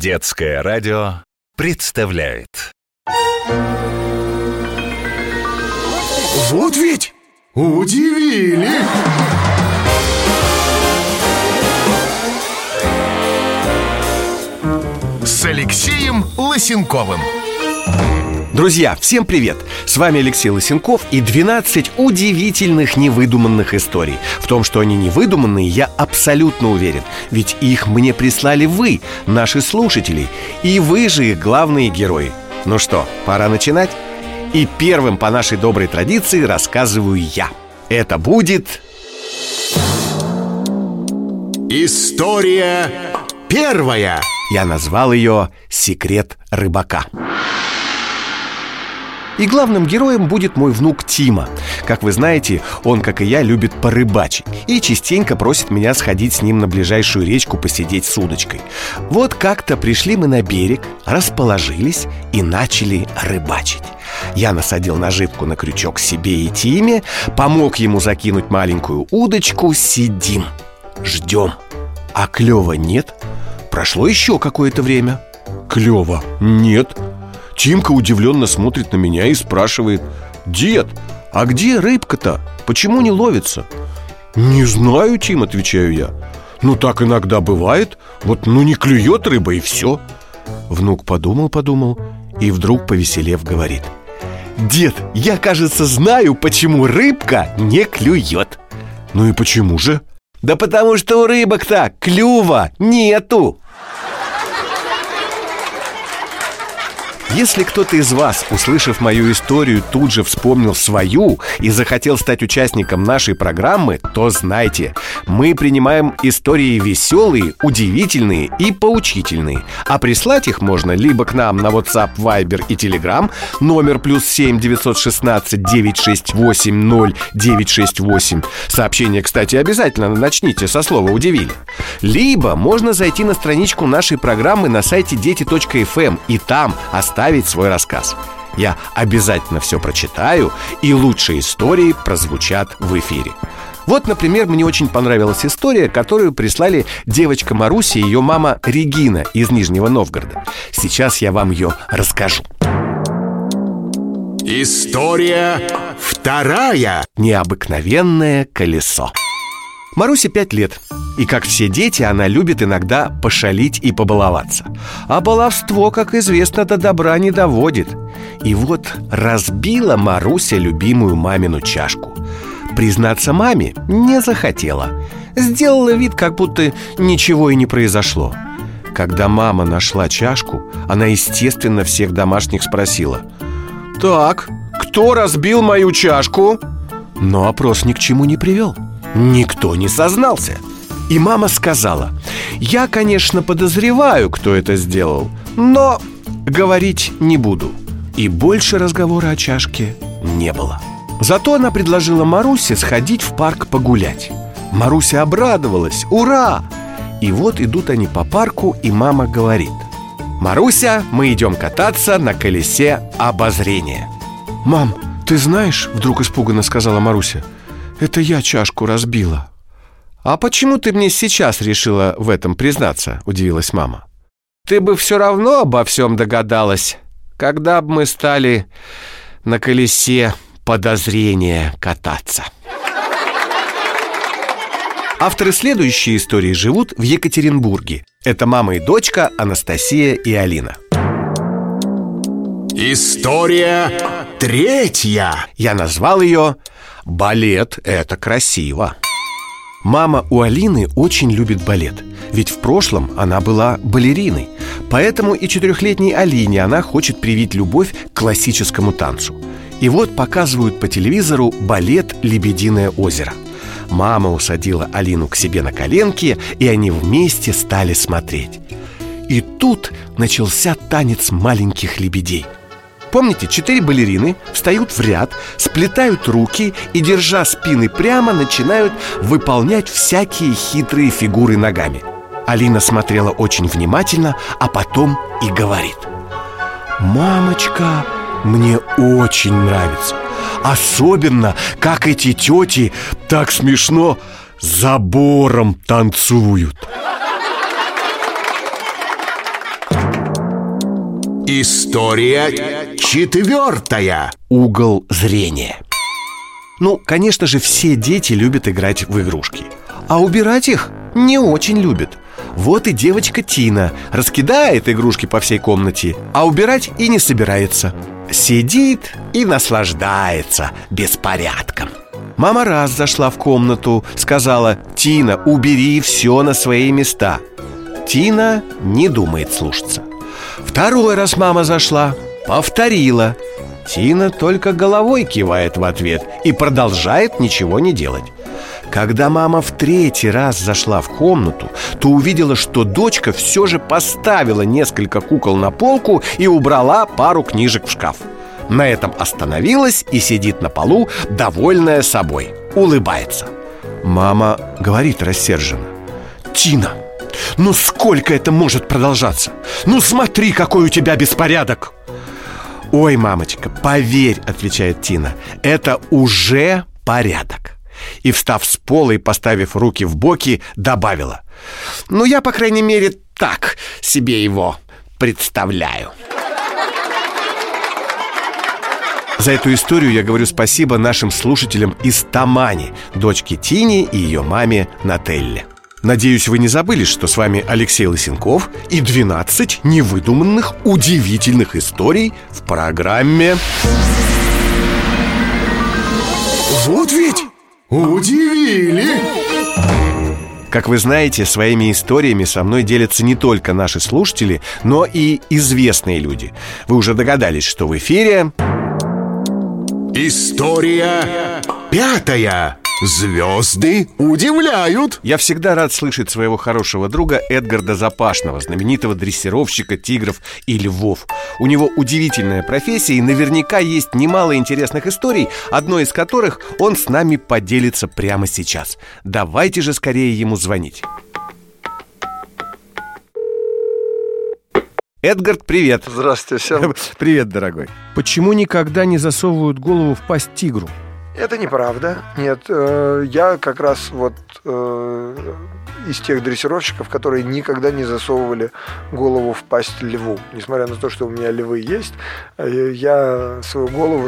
Детское радио представляет. Вот ведь удивили! С Алексеем Лысенковым. Друзья, всем привет! С вами Алексей Лысенков и 12 удивительных невыдуманных историй. В том, что они невыдуманные, я абсолютно уверен. Ведь их мне прислали вы, наши слушатели. И вы же их главные герои. Ну что, пора начинать? И первым по нашей доброй традиции рассказываю я. Это будет... История первая. Я назвал ее «Секрет рыбака». И главным героем будет мой внук Тима. Как вы знаете, он, как и я, любит порыбачить и частенько просит меня сходить с ним на ближайшую речку посидеть с удочкой. Вот как-то пришли мы на берег, расположились и начали рыбачить. Я насадил наживку на крючок себе и Тиме, помог ему закинуть маленькую удочку, сидим, ждем. А клёва нет. Прошло еще какое-то время. Клёва нет. Тимка удивленно смотрит на меня и спрашивает: «Дед, а где рыбка-то? Почему не ловится?» «Не знаю, Тим», отвечаю я. «Ну так иногда бывает. Вот не клюет рыба и все». Внук подумал и вдруг, повеселев, говорит: «Дед, я, кажется, знаю, почему рыбка не клюет». «Ну и почему же?» «Да потому что у рыбок-то клюва нету». Если кто-то из вас, услышав мою историю, тут же вспомнил свою и захотел стать участником нашей программы, то знайте, мы принимаем истории веселые, удивительные и поучительные. А прислать их можно либо к нам на WhatsApp, Viber и Telegram, номер +7 916 968 0968. Сообщение, кстати, обязательно начните со слова «удивили». Либо можно зайти на страничку нашей программы на сайте дети.fm и там оставить свой рассказ. Я обязательно все прочитаю, и лучшие истории прозвучат в эфире. Вот, например, мне очень понравилась история, которую прислали девочка Маруся и ее мама Регина из Нижнего Новгорода. Сейчас я вам ее расскажу. История вторая. Необыкновенное колесо. Марусе 5 лет. И, как все дети, она любит иногда пошалить и побаловаться. А баловство, как известно, до добра не доводит. И вот разбила Маруся любимую мамину чашку. Признаться маме не захотела. Сделала вид, как будто ничего и не произошло. Когда мама нашла чашку, она, естественно, всех домашних спросила: «Так, кто разбил мою чашку?» Но опрос ни к чему не привел. Никто не сознался. И мама сказала: «Я, конечно, подозреваю, кто это сделал, но говорить не буду». И больше разговора о чашке не было. Зато она предложила Марусе сходить в парк погулять. Маруся обрадовалась: «Ура!» И вот идут они по парку, и мама говорит: «Маруся, мы идем кататься на колесе обозрения». «Мам, ты знаешь, — вдруг испуганно сказала Маруся, — это я чашку разбила». «А почему ты мне сейчас решила в этом признаться?» – удивилась мама. «Ты бы все равно обо всем догадалась, когда бы мы стали на колесе подозрения кататься». Авторы следующей истории живут в Екатеринбурге. Это мама и дочка Анастасия и Алина. История третья. Я назвал ее «Балет – это красиво». Мама у Алины очень любит балет, ведь в прошлом она была балериной. Поэтому и 4-летней Алине она хочет привить любовь к классическому танцу. И вот показывают по телевизору балет «Лебединое озеро». Мама усадила Алину к себе на коленки, и они вместе стали смотреть. И тут начался танец маленьких лебедей. Помните, 4 балерины встают в ряд, сплетают руки и, держа спины прямо, начинают выполнять всякие хитрые фигуры ногами. Алина смотрела очень внимательно, а потом и говорит: «Мамочка, мне очень нравится. Особенно, как эти тети так смешно забором танцуют». История 4. Угол зрения. Ну, конечно же, все дети любят играть в игрушки, а убирать их не очень любят. Вот и девочка Тина раскидает игрушки по всей комнате, а убирать и не собирается. Сидит и наслаждается беспорядком. Мама раз зашла в комнату, сказала: «Тина, убери все на свои места». Тина не думает слушаться. Второй раз мама зашла, повторила. Тина только головой кивает в ответ и продолжает ничего не делать. Когда мама в 3-й раз зашла в комнату, то увидела, что дочка все же поставила несколько кукол на полку и убрала пару книжек в шкаф. На этом остановилась и сидит на полу, довольная собой, улыбается. Мама говорит рассерженно: «Тина, ну сколько это может продолжаться? Ну смотри, какой у тебя беспорядок!» «Ой, мамочка, поверь, — отвечает Тина, — это уже порядок». И, встав с пола и поставив руки в боки, добавила: «Ну, я, по крайней мере, так себе его представляю». За эту историю я говорю спасибо нашим слушателям из Тамани, дочке Тине и ее маме Нателле. Надеюсь, вы не забыли, что с вами Алексей Лысенков и 12 невыдуманных удивительных историй в программе Вот ведь удивили! Как вы знаете, своими историями со мной делятся не только наши слушатели, но и известные люди. Вы уже догадались, что в эфире История 5. Звезды удивляют. Я всегда рад слышать своего хорошего друга Эдгарда Запашного, знаменитого дрессировщика тигров и львов. У него удивительная профессия, и наверняка есть немало интересных историй, одной из которых он с нами поделится прямо сейчас. Давайте же скорее ему звонить. Эдгард, привет. Здравствуйте всем. Привет, дорогой. Почему никогда не засовывают голову в пасть тигру? Это неправда. Нет, я как раз вот из тех дрессировщиков, которые никогда не засовывали голову в пасть льву. Несмотря на то, что у меня львы есть, я свою голову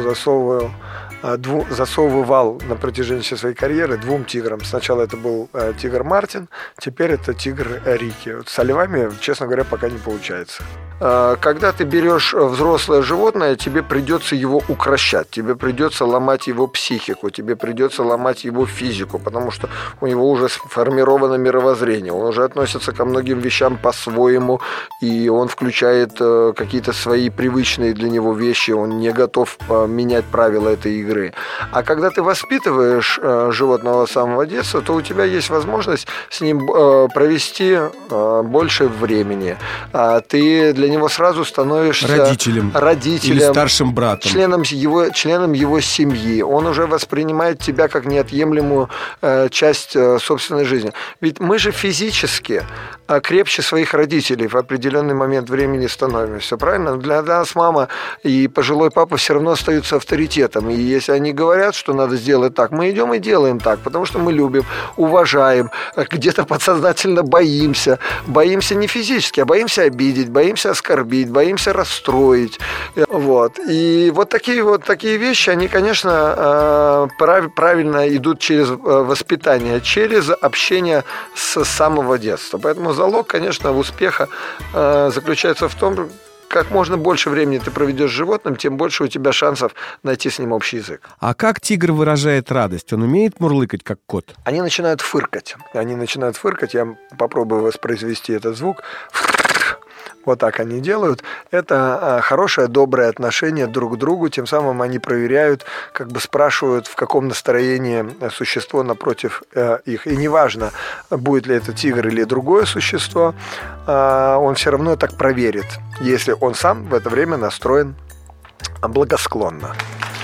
засовывал на протяжении всей своей карьеры 2 тиграм. Сначала это был тигр Мартин, теперь это тигр Рики. Вот со львами, честно говоря, пока не получается. Когда ты берешь взрослое животное, тебе придется его укрощать, тебе придется ломать его психику, тебе придется ломать его физику, потому что у него уже сформировано мировоззрение, он уже относится ко многим вещам по-своему, и он включает какие-то свои привычные для него вещи, он не готов менять правила этой игры. А когда ты воспитываешь животного с самого детства, то у тебя есть возможность с ним провести больше времени. Ты для него сразу становишься родителем или старшим братом, членом его семьи. Он уже воспринимает тебя как неотъемлемую часть собственной жизни. Ведь мы же физически крепче своих родителей в определенный момент времени становимся, правильно? Для нас мама и пожилой папа все равно остаются авторитетом. И если они говорят, что надо сделать так, мы идем и делаем так, потому что мы любим, уважаем, где-то подсознательно боимся. Боимся не физически, а боимся обидеть, боимся оскорбить, боимся расстроить. Вот. И вот такие вещи, они, конечно, правильно идут через воспитание, через общение с самого детства. Поэтому залог, конечно, успеха заключается в том, как можно больше времени ты проведешь с животным, тем больше у тебя шансов найти с ним общий язык. А как тигр выражает радость? Он умеет мурлыкать, как кот? Они начинают фыркать. Я попробую воспроизвести этот звук. Вот так они делают. Это хорошее, доброе отношение друг к другу. Тем самым они проверяют, как бы спрашивают, в каком настроении существо напротив их. И неважно, будет ли это тигр или другое существо, он все равно так проверит, если он сам в это время настроен благосклонно.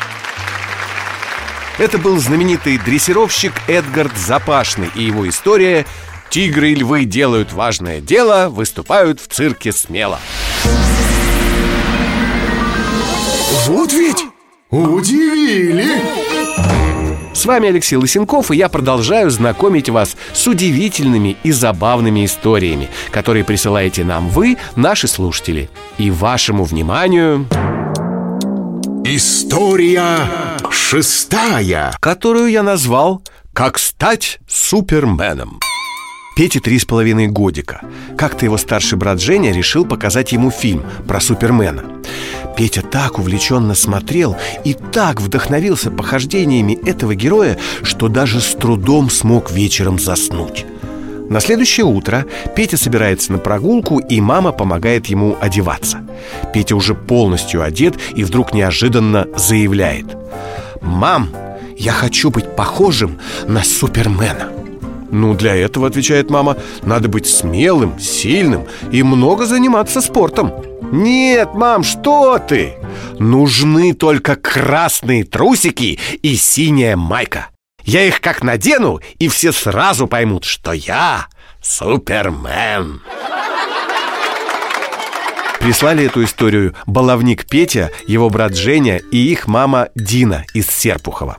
Это был знаменитый дрессировщик Эдгард Запашный и его история «Тигры и львы делают важное дело, выступают в цирке смело». Вот ведь удивили! С вами Алексей Лысенков, и я продолжаю знакомить вас с удивительными и забавными историями, которые присылаете нам вы, наши слушатели. И вашему вниманию... История 6, которую я назвал «Как стать суперменом». Пете 3,5 годика. Как-то его старший брат Женя решил показать ему фильм про супермена. Петя так увлеченно смотрел и так вдохновился похождениями этого героя, что даже с трудом смог вечером заснуть. На следующее утро Петя собирается на прогулку, и мама помогает ему одеваться. Петя уже полностью одет и вдруг неожиданно заявляет: «Мам, я хочу быть похожим на супермена». «Ну, для этого, — отвечает мама, — надо быть смелым, сильным и много заниматься спортом». «Нет, мам, что ты? Нужны только красные трусики и синяя майка. Я их как надену, и все сразу поймут, что я супермен». Прислали эту историю баловник Петя, его брат Женя и их мама Дина из Серпухова.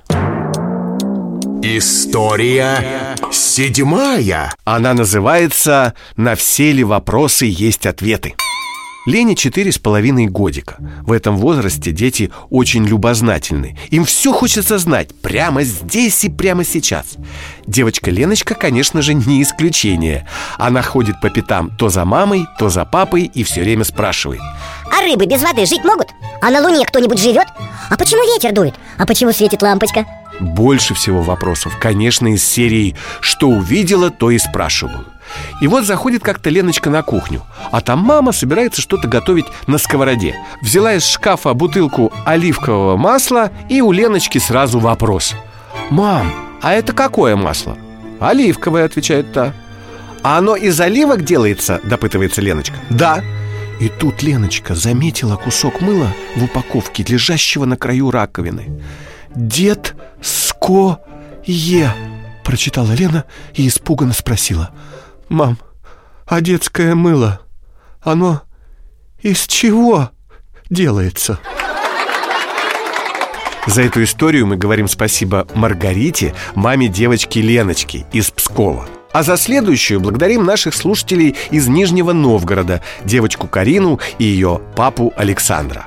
История 7. Она называется «На все ли вопросы есть ответы». Лене 4,5 годика. В этом возрасте дети очень любознательны. Им все хочется знать прямо здесь и прямо сейчас. Девочка Леночка, конечно же, не исключение. Она ходит по пятам то за мамой, то за папой и все время спрашивает: а рыбы без воды жить могут? А на Луне кто-нибудь живет? А почему ветер дует? А почему светит лампочка? Больше всего вопросов, конечно, из серии «Что увидела, то и спрашиваю». И вот заходит как-то Леночка на кухню, а там мама собирается что-то готовить на сковороде. Взяла из шкафа бутылку оливкового масла, и у Леночки сразу вопрос: «Мам, а это какое масло?» «Оливковое», — отвечает та. «А оно из оливок делается?» — допытывается Леночка. «Да». И тут Леночка заметила кусок мыла в упаковке, лежащего на краю раковины. «Детское», — прочитала Лена и испуганно спросила: «Мам, а детское мыло, оно из чего делается?» За эту историю мы говорим спасибо Маргарите, маме девочки Леночки из Пскова. А за следующую благодарим наших слушателей из Нижнего Новгорода, девочку Карину и ее папу Александра.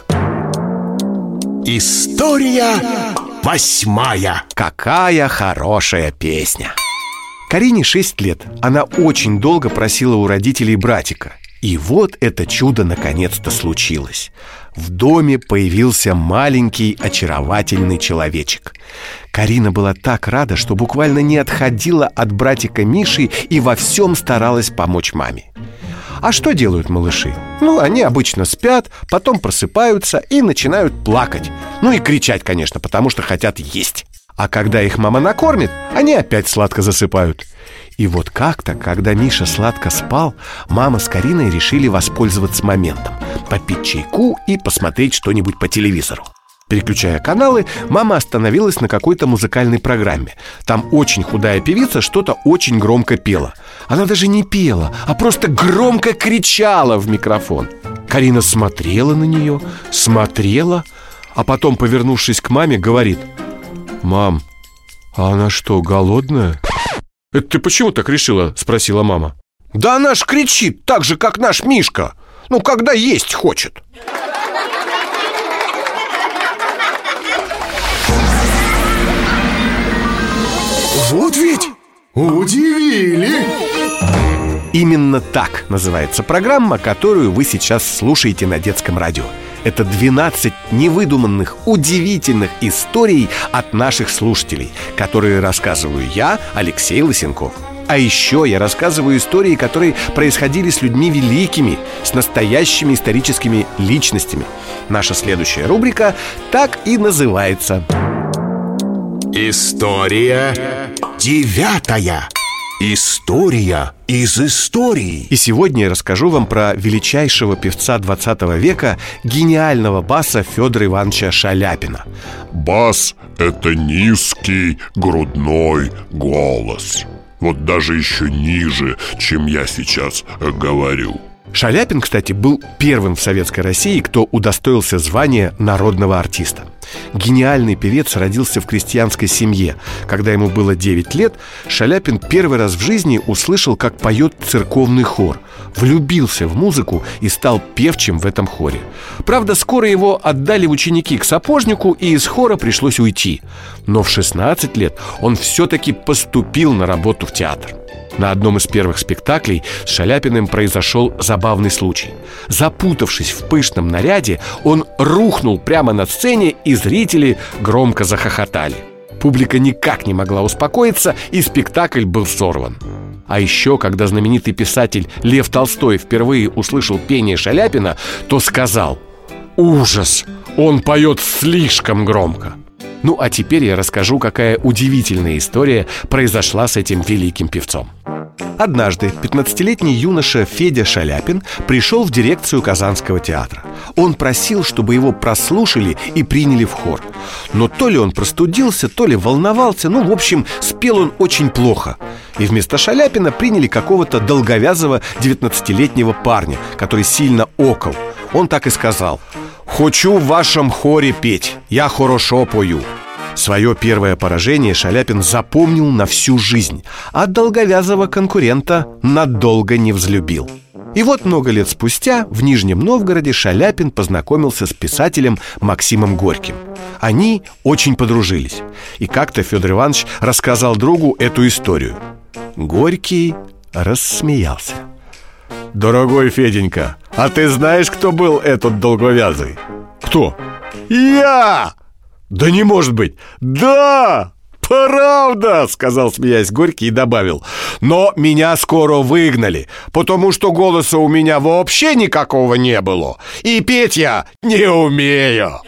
История 8. Какая хорошая песня! Карине 6 лет. Она очень долго просила у родителей братика. И вот это чудо наконец-то случилось. В доме появился маленький очаровательный человечек. Карина была так рада, что буквально не отходила от братика Миши и во всем старалась помочь маме. А что делают малыши? Ну, они обычно спят, потом просыпаются и начинают плакать. Ну и кричать, конечно, потому что хотят есть. А когда их мама накормит, они опять сладко засыпают. И вот как-то, когда Миша сладко спал, мама с Кариной решили воспользоваться моментом, попить чайку и посмотреть что-нибудь по телевизору. Переключая каналы, мама остановилась на какой-то музыкальной программе. Там очень худая певица что-то очень громко пела. Она даже не пела, а просто громко кричала в микрофон. Карина смотрела на нее, а потом, повернувшись к маме, говорит: «Мам, а она что, голодная?» «Это ты почему так решила?» — спросила мама. «Да она ж кричит так же, как наш Мишка. Ну, когда есть хочет». Вот ведь удивили! Именно так называется программа, которую вы сейчас слушаете на детском радио. Это 12 невыдуманных, удивительных историй от наших слушателей, которые рассказываю я, Алексей Лысенков. А еще я рассказываю истории, которые происходили с людьми великими, с настоящими историческими личностями. Наша следующая рубрика так и называется. История 9. История из истории. И сегодня я расскажу вам про величайшего певца 20 века, гениального баса Федора Ивановича Шаляпина. Бас – это низкий грудной голос. Вот даже еще ниже, чем я сейчас говорю. Шаляпин, кстати, был первым в Советской России, кто удостоился звания народного артиста. Гениальный певец родился в крестьянской семье. Когда ему было 9 лет, Шаляпин первый раз в жизни услышал, как поет церковный хор. Влюбился в музыку и стал певчим в этом хоре. Правда, скоро его отдали в ученики к сапожнику, и из хора пришлось уйти. Но в 16 лет он все-таки поступил на работу в театр. На одном из первых спектаклей с Шаляпиным произошел забавный случай. Запутавшись в пышном наряде, он рухнул прямо на сцене, и зрители громко захохотали. Публика никак не могла успокоиться, и спектакль был сорван. А еще, когда знаменитый писатель Лев Толстой впервые услышал пение Шаляпина, то сказал: «Ужас! Он поет слишком громко!» Ну а теперь я расскажу, какая удивительная история произошла с этим великим певцом. Однажды 15-летний юноша Федя Шаляпин пришел в дирекцию Казанского театра. Он просил, чтобы его прослушали и приняли в хор. Но то ли он простудился, то ли волновался. В общем, спел он очень плохо. И вместо Шаляпина приняли какого-то долговязого 19-летнего парня, который сильно окал. Он так и сказал: «Хочу в вашем хоре петь, я хорошо пою». Свое первое поражение Шаляпин запомнил на всю жизнь, а долговязого конкурента надолго не взлюбил. И вот много лет спустя в Нижнем Новгороде Шаляпин познакомился с писателем Максимом Горьким. Они очень подружились. И как-то Федор Иванович рассказал другу эту историю. Горький рассмеялся. «Дорогой Феденька, а ты знаешь, кто был этот долговязый?» «Кто?» «Я!» «Да не может быть!» «Да! Правда!» — сказал, смеясь, Горький, и добавил: «Но меня скоро выгнали, потому что голоса у меня вообще никакого не было, и петь я не умею!»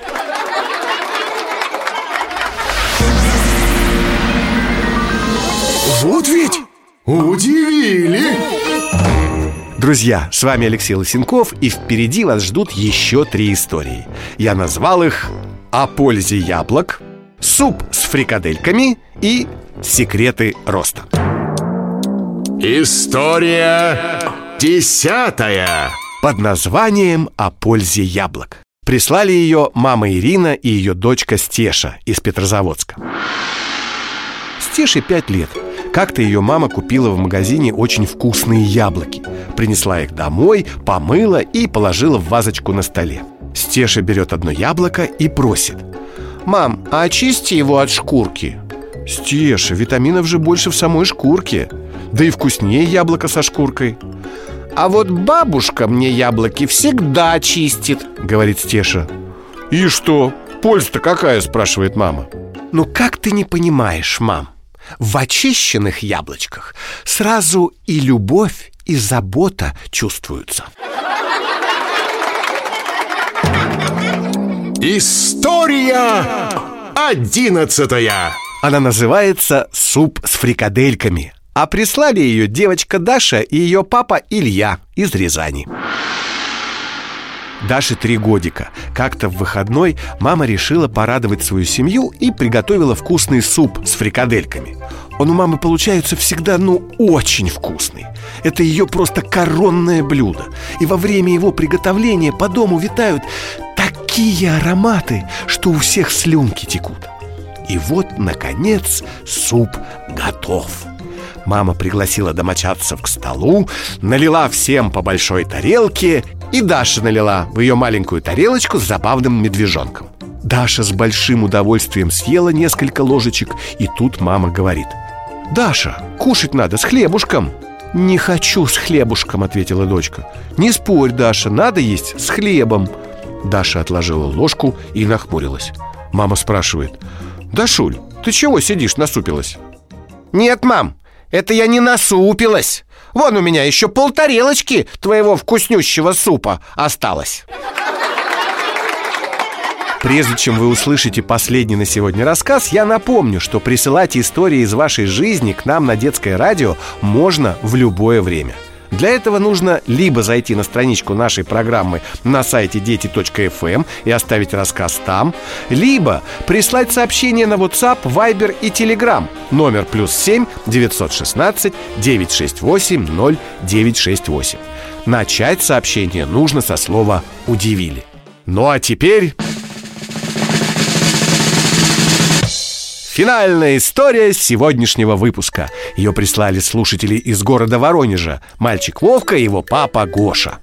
Вот ведь удивили! Друзья, с вами Алексей Лысенков, и впереди вас ждут еще 3 истории. Я назвал их «О пользе яблок», «Суп с фрикадельками» и «Секреты роста». История 10 под названием «О пользе яблок». Прислали ее мама Ирина и ее дочка Стеша из Петрозаводска. Стеше 5 лет. Как-то ее мама купила в магазине очень вкусные яблоки. Принесла их домой, помыла и положила в вазочку на столе. Стеша берет одно яблоко и просит: «Мам, а очисти его от шкурки». «Стеша, витаминов же больше в самой шкурке. Да и вкуснее яблоко со шкуркой». «А вот бабушка мне яблоки всегда чистит», — говорит Стеша. «И что? Польза-то какая?» — спрашивает мама. «Ну как ты не понимаешь, мам? В очищенных яблочках сразу и любовь, и забота чувствуются». История 11. Она называется «Суп с фрикадельками», а прислали ее девочка Даша и ее папа Илья из Рязани. Даше 3 годика. Как-то в выходной мама решила порадовать свою семью и приготовила вкусный суп с фрикадельками. Он у мамы получается всегда, очень вкусный. Это ее просто коронное блюдо. И во время его приготовления по дому витают такие ароматы, что у всех слюнки текут. И вот, наконец, суп готов. Мама пригласила домочадцев к столу, налила всем по большой тарелке, и Даша налила в ее маленькую тарелочку с забавным медвежонком. Даша с большим удовольствием съела несколько ложечек, и тут мама говорит: «Даша, кушать надо с хлебушком». «Не хочу с хлебушком», — ответила дочка. «Не спорь, Даша, надо есть с хлебом». Даша отложила ложку и нахмурилась. Мама спрашивает: «Дашуль, ты чего сидишь, насупилась?» «Нет, мам, это я не насупилась. Вон у меня еще полтарелочки твоего вкуснющего супа осталось». Прежде чем вы услышите последний на сегодня рассказ, я напомню, что присылать истории из вашей жизни к нам на Детское радио можно в любое время. Для этого нужно либо зайти на страничку нашей программы на сайте дети.фм и оставить рассказ там, либо прислать сообщение на WhatsApp, Viber и Telegram номер +7 916 968 0968. Начать сообщение нужно со слова «удивили». Ну а теперь... Финальная история сегодняшнего выпуска. Ее прислали слушатели из города Воронежа. Мальчик Вовка и его папа Гоша.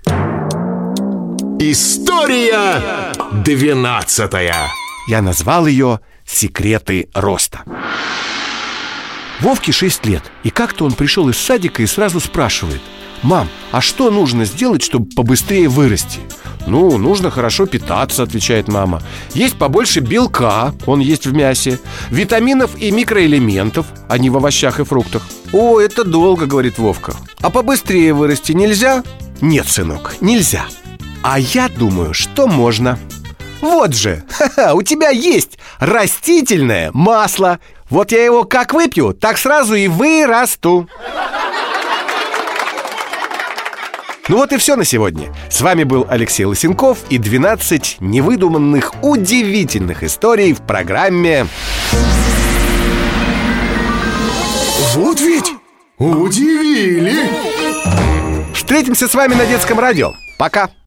История 12. Я назвал ее «Секреты роста». Вовке 6 лет, и как-то он пришел из садика и сразу спрашивает: «Мам, а что нужно сделать, чтобы побыстрее вырасти?» «Ну, нужно хорошо питаться», — отвечает мама. «Есть побольше белка, он есть в мясе, витаминов и микроэлементов, они в овощах и фруктах». «О, это долго», — говорит Вовка. «А побыстрее вырасти нельзя?» «Нет, сынок, нельзя. А я думаю, что можно. Вот же, у тебя есть растительное масло. Вот я его как выпью, так сразу и вырасту». Ну вот и все на сегодня. С вами был Алексей Лысенков и 12 невыдуманных, удивительных историй в программе Вот ведь удивили! «Встретимся с вами на детском радио». Пока!